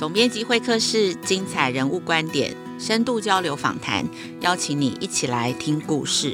总编辑会客室，精彩人物观点，深度交流访谈，邀请你一起来听故事。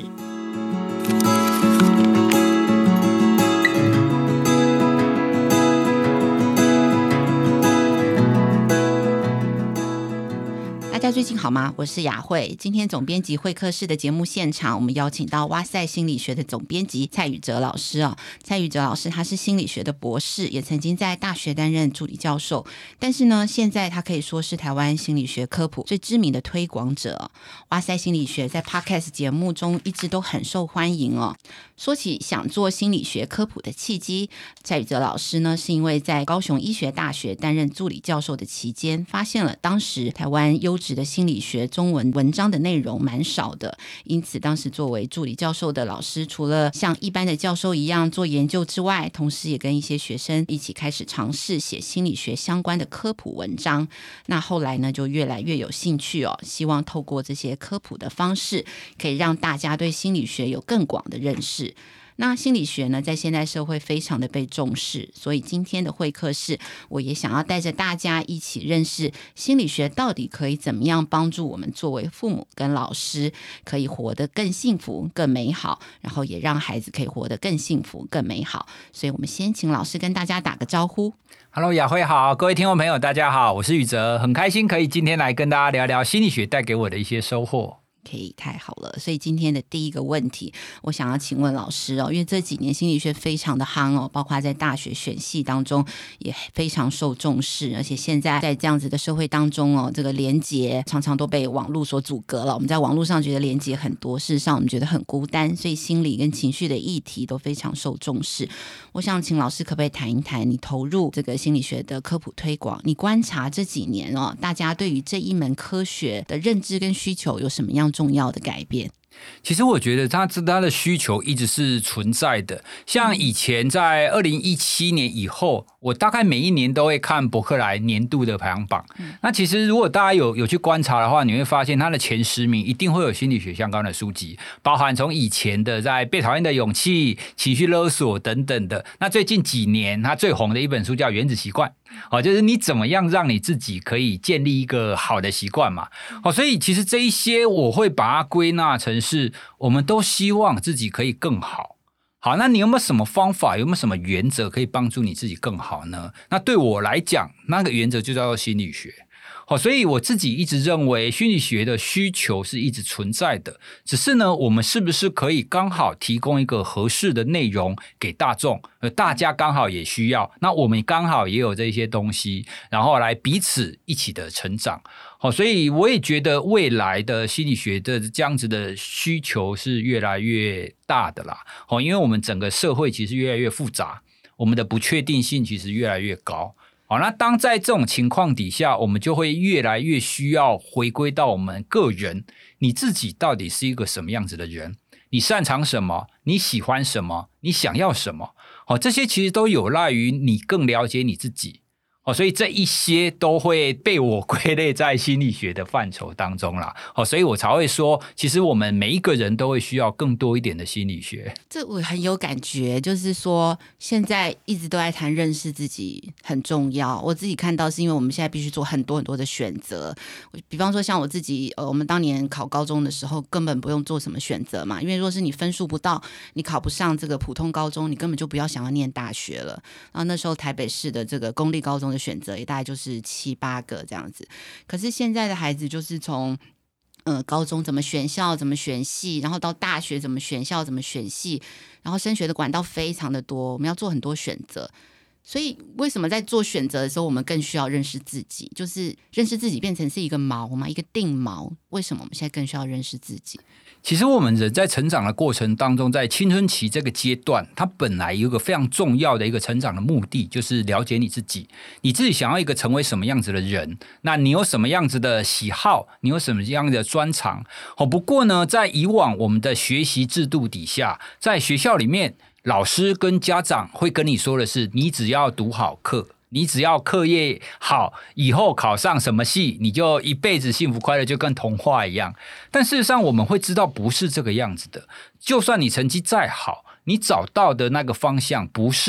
大家最近好吗？我是雅慧。今天总编辑会客室的节目现场，我们邀请到哇塞心理学的总编辑蔡宇哲老师哦。蔡宇哲老师他是心理学的博士，也曾经在大学担任助理教授，但是呢，现在他可以说是台湾心理学科普最知名的推广者哦。哇塞心理学在 Podcast 节目中一直都很受欢迎哦。说起想做心理学科普的契机，蔡宇哲老师呢是因为在高雄医学大学担任助理教授的期间，发现了当时台湾优质的心理学中文文章的内容蛮少的，因此当时作为助理教授的老师，除了像一般的教授一样做研究之外，同时也跟一些学生一起开始尝试写心理学相关的科普文章。那后来呢，就越来越有兴趣哦，希望透过这些科普的方式，可以让大家对心理学有更广的认识。那心理学呢，在现代社会非常的被重视，所以今天的会客室，我也想要带着大家一起认识心理学到底可以怎么样帮助我们作为父母跟老师，可以活得更幸福、更美好，然后也让孩子可以活得更幸福、更美好。所以我们先请老师跟大家打个招呼。 Hello， 雅慧好，各位听众朋友大家好，我是宇哲，很开心可以今天来跟大家聊聊心理学带给我的一些收获。 可以，太好了。所以今天的第一个问题，我想要请问老师哦，因为这几年心理学非常的夯哦，包括在大学选系当中也非常受重视，而且现在在这样子的社会当中哦，这个连结常常都被网络所阻隔了。我们在网络上觉得连结很多，事实上我们觉得很孤单，所以心理跟情绪的议题都非常受重视。我想请老师可不可以谈一谈你投入这个心理学的科普推广，你观察这几年哦，大家对于这一门科学的认知跟需求有什么样重要的改变？ 其实我觉得它的需求一直是存在的，像以前在2017年以后，我大概每一年都会看博客来年度的排行榜。那其实如果大家有去观察的话，你会发现它的前10名一定会有心理学相关的书籍，包含从以前的在被讨厌的勇气、情绪勒索等等的。那最近几年它最红的一本书叫原子习惯，就是你怎么样让你自己可以建立一个好的习惯嘛。所以其实这一些我会把它归纳成是我们都希望自己可以更好。好，那你有没有什么方法，有没有什么原则可以帮助你自己更好呢？那对我来讲，那个原则就叫做心理学。所以我自己一直认为心理学的需求是一直存在的，只是呢，我们是不是可以刚好提供一个合适的内容给大众，大家刚好也需要，那我们刚好也有这些东西，然后来彼此一起的成长。所以我也觉得未来的心理学的这样子的需求是越来越大的啦，因为我们整个社会其实越来越复杂，我们的不确定性其实越来越高。好，那当在这种情况底下，我们就会越来越需要回归到我们个人，你自己到底是一个什么样子的人，你擅长什么，你喜欢什么，你想要什么，这些其实都有赖于你更了解你自己。所以这一些都会被我归类在心理学的范畴当中啦。所以我才会说，其实我们每一个人都会需要更多一点的心理学。 这我很有感觉，就是说现在一直都在谈认识自己很重要。我自己看到是因为我们现在必须做很多很多的选择，比方说像我自己我们当年考高中的时候根本不用做什么选择嘛，因为如果是你分数不到，你考不上这个普通高中，你根本就不要想要念大学了。然后那时候台北市的这个公立高中的选择也大概就是7、8个这样子。可是现在的孩子就是从高中怎么选校怎么选系，然后到大学怎么选校怎么选系，然后升学的管道非常的多，我们要做很多选择。所以为什么在做选择的时候我们更需要认识自己，就是认识自己变成是一个锚嘛，一个定锚。为什么我们现在更需要认识自己？ 其实我们人在成长的过程当中，在青春期这个阶段，它本来有一个非常重要的一个成长的目的，就是了解你自己，你自己想要一个成为什么样子的人，那你有什么样子的喜好，你有什么样的专长。不过呢，在以往我们的学习制度底下，在学校里面老师跟家长会跟你说的是，你只要读好课，你只要课业好，以后考上什么系，你就一辈子幸福快乐，就跟童话一样。但事实上我们会知道不是这个样子的，就算你成绩再好，你找到的那个方向不是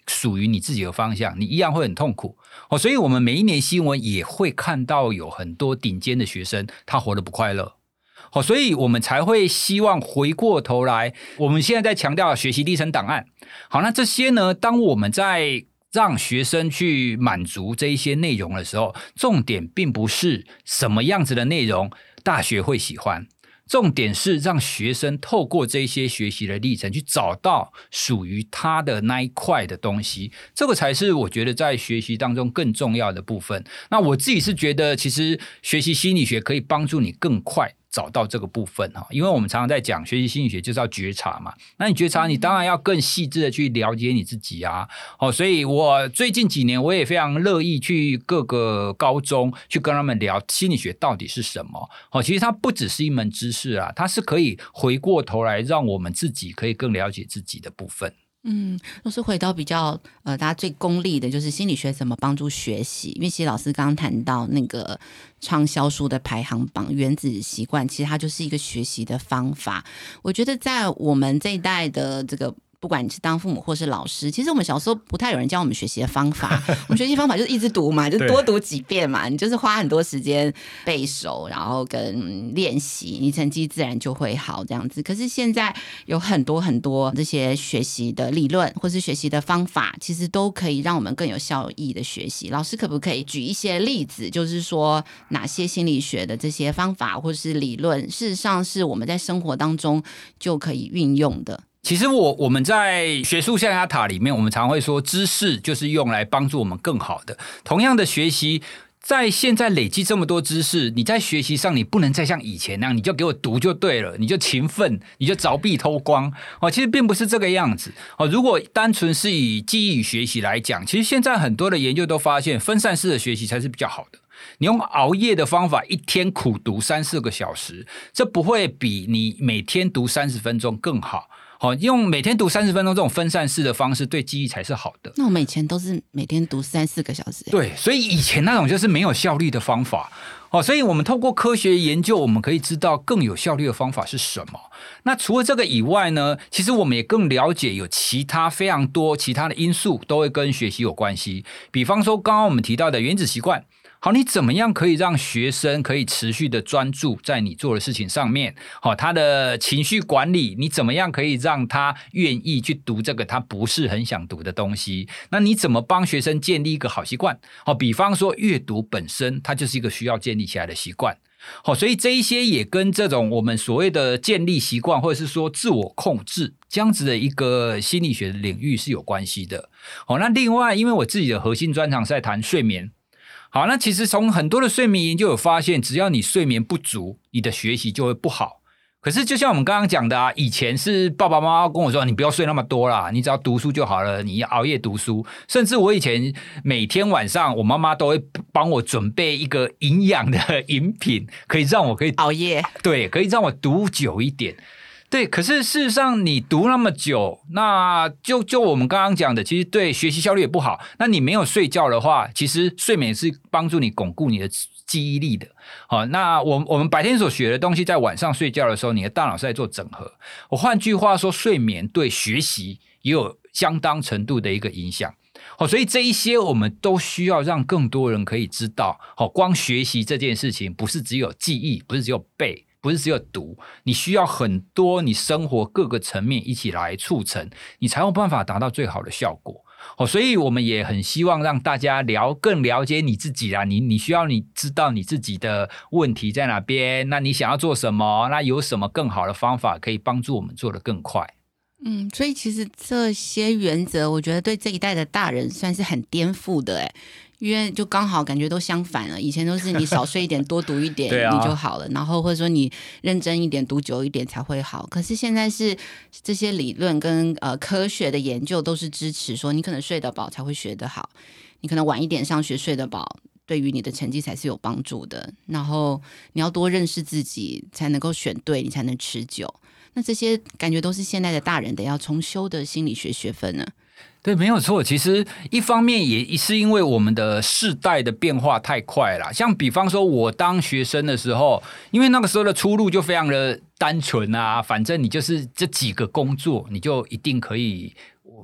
属于你自己的方向，你一样会很痛苦。所以我们每一年新闻也会看到有很多顶尖的学生他活得不快乐。所以我们才会希望回过头来，我们现在在强调学习历程档案。好，那这些呢，当我们在让学生去满足这一些内容的时候，重点并不是什么样子的内容大学会喜欢，重点是让学生透过这些学习的历程去找到属于他的那一块的东西，这个才是我觉得在学习当中更重要的部分。那我自己是觉得其实学习心理学可以帮助你更快找到这个部分，因为我们常常在讲学习心理学就是要觉察嘛，那你觉察你当然要更细致的去了解你自己啊。所以我最近几年我也非常乐意去各个高中去跟他们聊心理学到底是什么。其实它不只是一门知识啊，它是可以回过头来让我们自己可以更了解自己的部分。 都是回到比较大家最功利的，就是心理学怎么帮助学习。因为其实老师刚刚谈到那个畅销书的排行榜《原子习惯》，其实它就是一个学习的方法。我觉得在我们这一代的这个，不管你是当父母或是老师，其实我们小时候不太有人教我们学习的方法。我们学习方法就是一直读嘛，就多读几遍嘛，你就是花很多时间背熟，然后跟练习，你成绩自然就会好这样子。可是现在有很多很多这些学习的理论或是学习的方法，其实都可以让我们更有效益的学习。老师可不可以举一些例子，就是说哪些心理学的这些方法或是理论，事实上是我们在生活当中就可以运用的？ 其实我们在学术象牙塔里面，我们常会说知识就是用来帮助我们更好的。同样的学习，在现在累积这么多知识，你在学习上你不能再像以前那样，你就给我读就对了，你就勤奋，你就凿壁偷光。其实并不是这个样子。如果单纯是以记忆与学习来讲，其实现在很多的研究都发现，分散式的学习才是比较好的。你用熬夜的方法，一天苦读3-4个小时，这不会比你每天读30分钟更好。用每天读30分钟这种分散式的方式对记忆才是好的。 那我们以前都是每天读3-4个小时。 对，所以以前那种就是没有效率的方法。所以我们透过科学研究，我们可以知道更有效率的方法是什么。那除了这个以外呢，其实我们也更了解有其他非常多其他的因素都会跟学习有关系。比方说刚刚我们提到的原子习惯，好，你怎么样可以让学生可以持续的专注在你做的事情上面？好，他的情绪管理，你怎么样可以让他愿意去读这个他不是很想读的东西？那你怎么帮学生建立一个好习惯？好，比方说阅读本身，它就是一个需要建立起来的习惯。好，所以这一些也跟这种我们所谓的建立习惯，或者是说自我控制这样子的一个心理学的领域是有关系的。好，那另外，因为我自己的核心专长是在谈睡眠。好，那其实从很多的睡眠研究有发现，只要你睡眠不足，你的学习就会不好。可是就像我们刚刚讲的以前是爸爸妈妈跟我说，你不要睡那么多啦，你只要读书就好了，你要熬夜读书。甚至我以前每天晚上，我妈妈都会帮我准备一个营养的饮品，可以让我可以熬夜， 对，可以让我读久一点。对，可是事实上你读那么久，那就我们刚刚讲的，其实对学习效率也不好。那你没有睡觉的话，其实睡眠是帮助你巩固你的记忆力的。好，那我们白天所学的东西，在晚上睡觉的时候，你的大脑是在做整合。我换句话说，睡眠对学习也有相当程度的一个影响。所以这一些我们都需要让更多人可以知道。光学习这件事情，不是只有记忆，不是只有背，不是只有读，你需要很多你生活各个层面一起来促成，你才有办法达到最好的效果。所以我们也很希望让大家更了解你自己啦，你需要你知道你自己的问题在哪边，那你想要做什么，那有什么更好的方法可以帮助我们做得更快。 所以其实这些原则我觉得对这一代的大人算是很颠覆的因为就刚好感觉都相反了。以前都是你少睡一点多读一点你就好了，然后或者说你认真一点读久一点才会好。可是现在是这些理论跟科学的研究都是支持说你可能睡得饱才会学得好，你可能晚一点上学睡得饱对于你的成绩才是有帮助的，然后你要多认识自己才能够选对，你才能持久。那这些感觉都是现在的大人得要重修的心理学学分呢。 对，没有错。其实一方面也是因为我们的世代的变化太快了。像比方说我当学生的时候，因为那个时候的出路就非常的单纯啊，反正你就是这几个工作，你就一定可以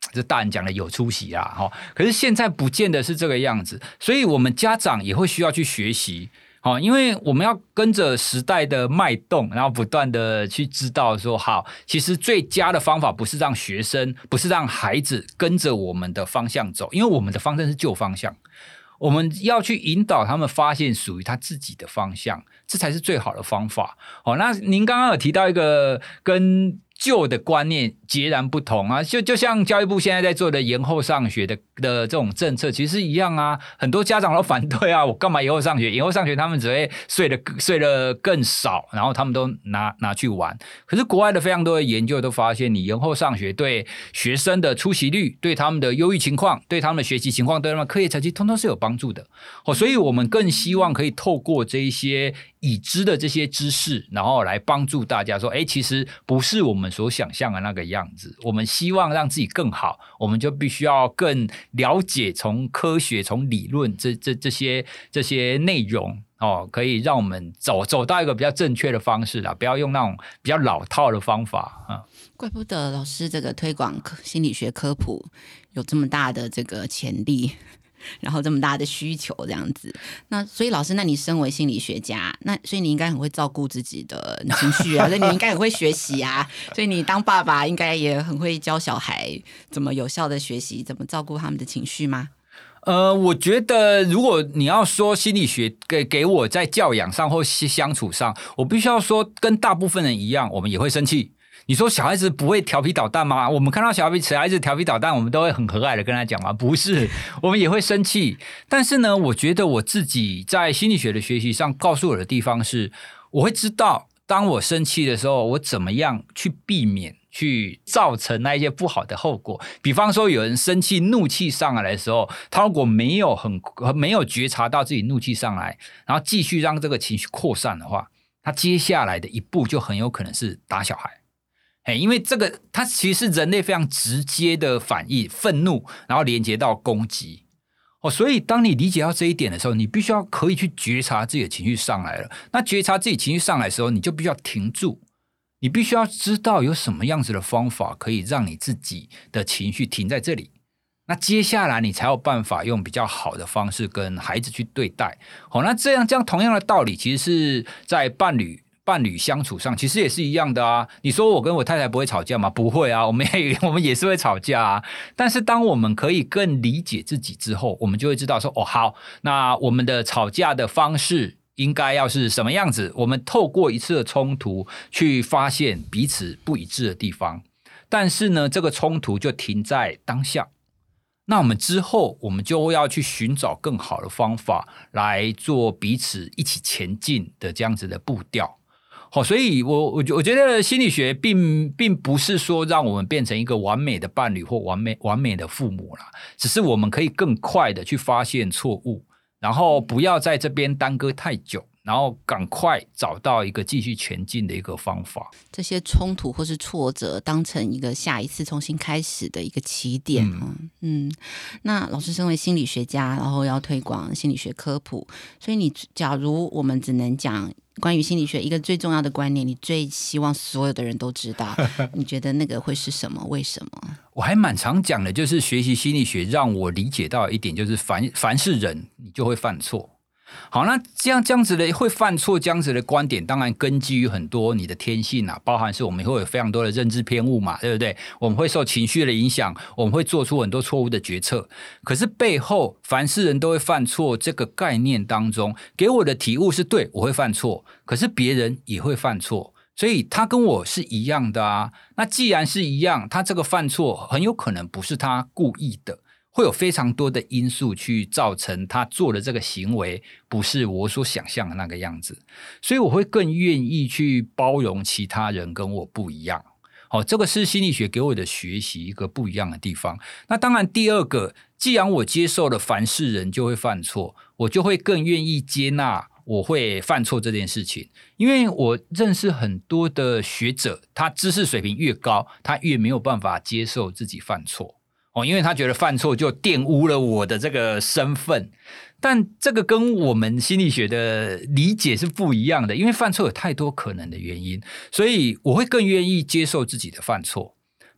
这大人讲的有出息啦，可是现在不见得是这个样子，所以我们家长也会需要去学习，因为我们要跟着时代的脉动，然后不断的去知道说，好，其实最佳的方法不是让学生，不是让孩子跟着我们的方向走，因为我们的方向是旧方向，我们要去引导他们发现属于他自己的方向，这才是最好的方法。那您刚刚有提到一个跟旧的观念截然不同啊，就像教育部现在在做的延后上学的这种政策，其实是一样啊。很多家长都反对啊，我干嘛延后上学？延后上学他们只会睡得更少，然后他们都拿去玩。可是国外的非常多的研究都发现，你延后上学对学生的出席率、对他们的忧郁情况、对他们的学习情况、对他们的课业成绩，通通是有帮助的。所以我们更希望可以透过这一些已知的这些知识，然后来帮助大家说，其实不是我们所想象的那个样子。我们希望让自己更好，我们就必须要更了解从科学、从理论这些内容可以让我们走到一个比较正确的方式啦，不要用那种比较老套的方法。 怪不得老师这个推广心理学科普有这么大的这个潜力。然后这么大的需求这样子，那所以老师，那你身为心理学家，那所以你应该很会照顾自己的情绪啊，所以你应该很会学习啊，所以你当爸爸应该也很会教小孩怎么有效的学习，怎么照顾他们的情绪吗？ 我觉得如果你要说心理学给我在教养上或相处上，我必须要说跟大部分人一样，我们也会生气。你说小孩子不会调皮捣蛋吗？我们看到小孩子调皮捣蛋，我们都会很和蔼的跟他讲吗？不是，我们也会生气。但是呢，我觉得我自己在心理学的学习上告诉我的地方是，我会知道当我生气的时候，我怎么样去避免去造成那一些不好的后果。比方说有人生气怒气上来的时候，他如果没有觉察到自己怒气上来，然后继续让这个情绪扩散的话，他接下来的一步就很有可能是打小孩。因为这个它其实是人类非常直接的反应，愤怒然后连接到攻击。所以当你理解到这一点的时候，你必须要可以去觉察自己的情绪上来了。那觉察自己情绪上来的时候，你就必须要停住，你必须要知道有什么样子的方法可以让你自己的情绪停在这里。那接下来你才有办法用比较好的方式跟孩子去对待。那这样同样的道理，其实是在伴侣相处上其实也是一样的啊。你说我跟我太太不会吵架吗？不会啊，我们也是会吵架啊。但是当我们可以更理解自己之后，我们就会知道说，好，那我们的吵架的方式应该要是什么样子。我们透过一次的冲突去发现彼此不一致的地方，但是呢，这个冲突就停在当下。那我们之后我们就要去寻找更好的方法来做彼此一起前进的这样子的步调。所以我觉得心理学并不是说让我们变成一个完美的伴侣或完美的父母啦，只是我们可以更快的去发现错误，然后不要在这边耽搁太久，然后赶快找到一个继续前进的一个方法。 这些冲突或是挫折当成一个下一次重新开始的一个起点。那老师身为心理学家，然后要推广心理学科普，所以假如我们只能讲关于心理学一个最重要的观念，你最希望所有的人都知道，你觉得那个会是什么？为什么？ 我还蛮常讲的，就是学习心理学让我理解到一点，就是凡是人你就会犯错。好，那这样子的会犯错这样子的观点，当然根基于很多你的天性啊，包含是我们会有非常多的认知偏误嘛，对不对？我们会受情绪的影响，我们会做出很多错误的决策。可是背后凡是人都会犯错这个概念当中，给我的体悟是对，我会犯错，可是别人也会犯错，所以他跟我是一样的啊。那既然是一样，他这个犯错很有可能不是他故意的，会有非常多的因素去造成他做的这个行为不是我所想象的那个样子，所以我会更愿意去包容其他人跟我不一样。这个是心理学给我的学习一个不一样的地方。那当然第二个，既然我接受了凡是人就会犯错，我就会更愿意接纳我会犯错这件事情。因为我认识很多的学者，他知识水平越高，他越没有办法接受自己犯错，因为他觉得犯错就玷污了我的这个身份。但这个跟我们心理学的理解是不一样的，因为犯错有太多可能的原因，所以我会更愿意接受自己的犯错。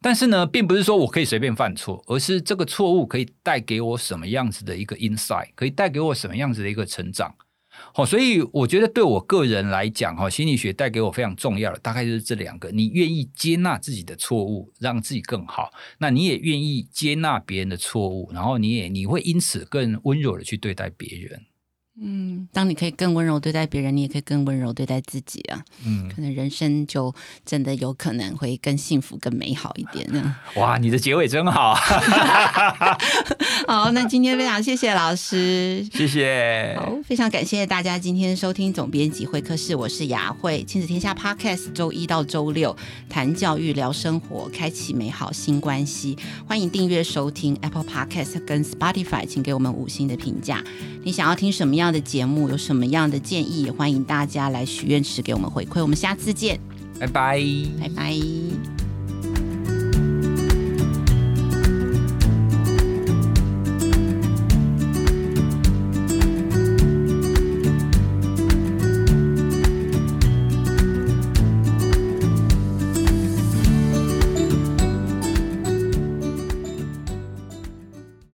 但是呢，并不是说我可以随便犯错，而是这个错误可以带给我什么样子的一个 insight， 可以带给我什么样子的一个成长。所以我觉得对我个人来讲，心理学带给我非常重要的大概就是这两个：你愿意接纳自己的错误，让自己更好；那你也愿意接纳别人的错误，然后你会因此更温柔的去对待别人。 当你可以更温柔对待别人，你也可以更温柔对待自己啊。可能人生就真的有可能会更幸福、更美好一点呢。 哇，你的结尾真好。 好，那今天非常谢谢老师， 谢谢。 好，非常感谢大家今天收听总编辑会客室，我是雅慧。亲子天下 Podcast 周一到周六谈教育、聊生活，开启美好新关系。欢迎订阅收听 Apple Podcast 跟 Spotify， 请给我们5星的评价。你想要听什么样的节目，有什么样的建议，也欢迎大家来许愿池给我们回馈。我们下次见， 拜拜， 拜拜。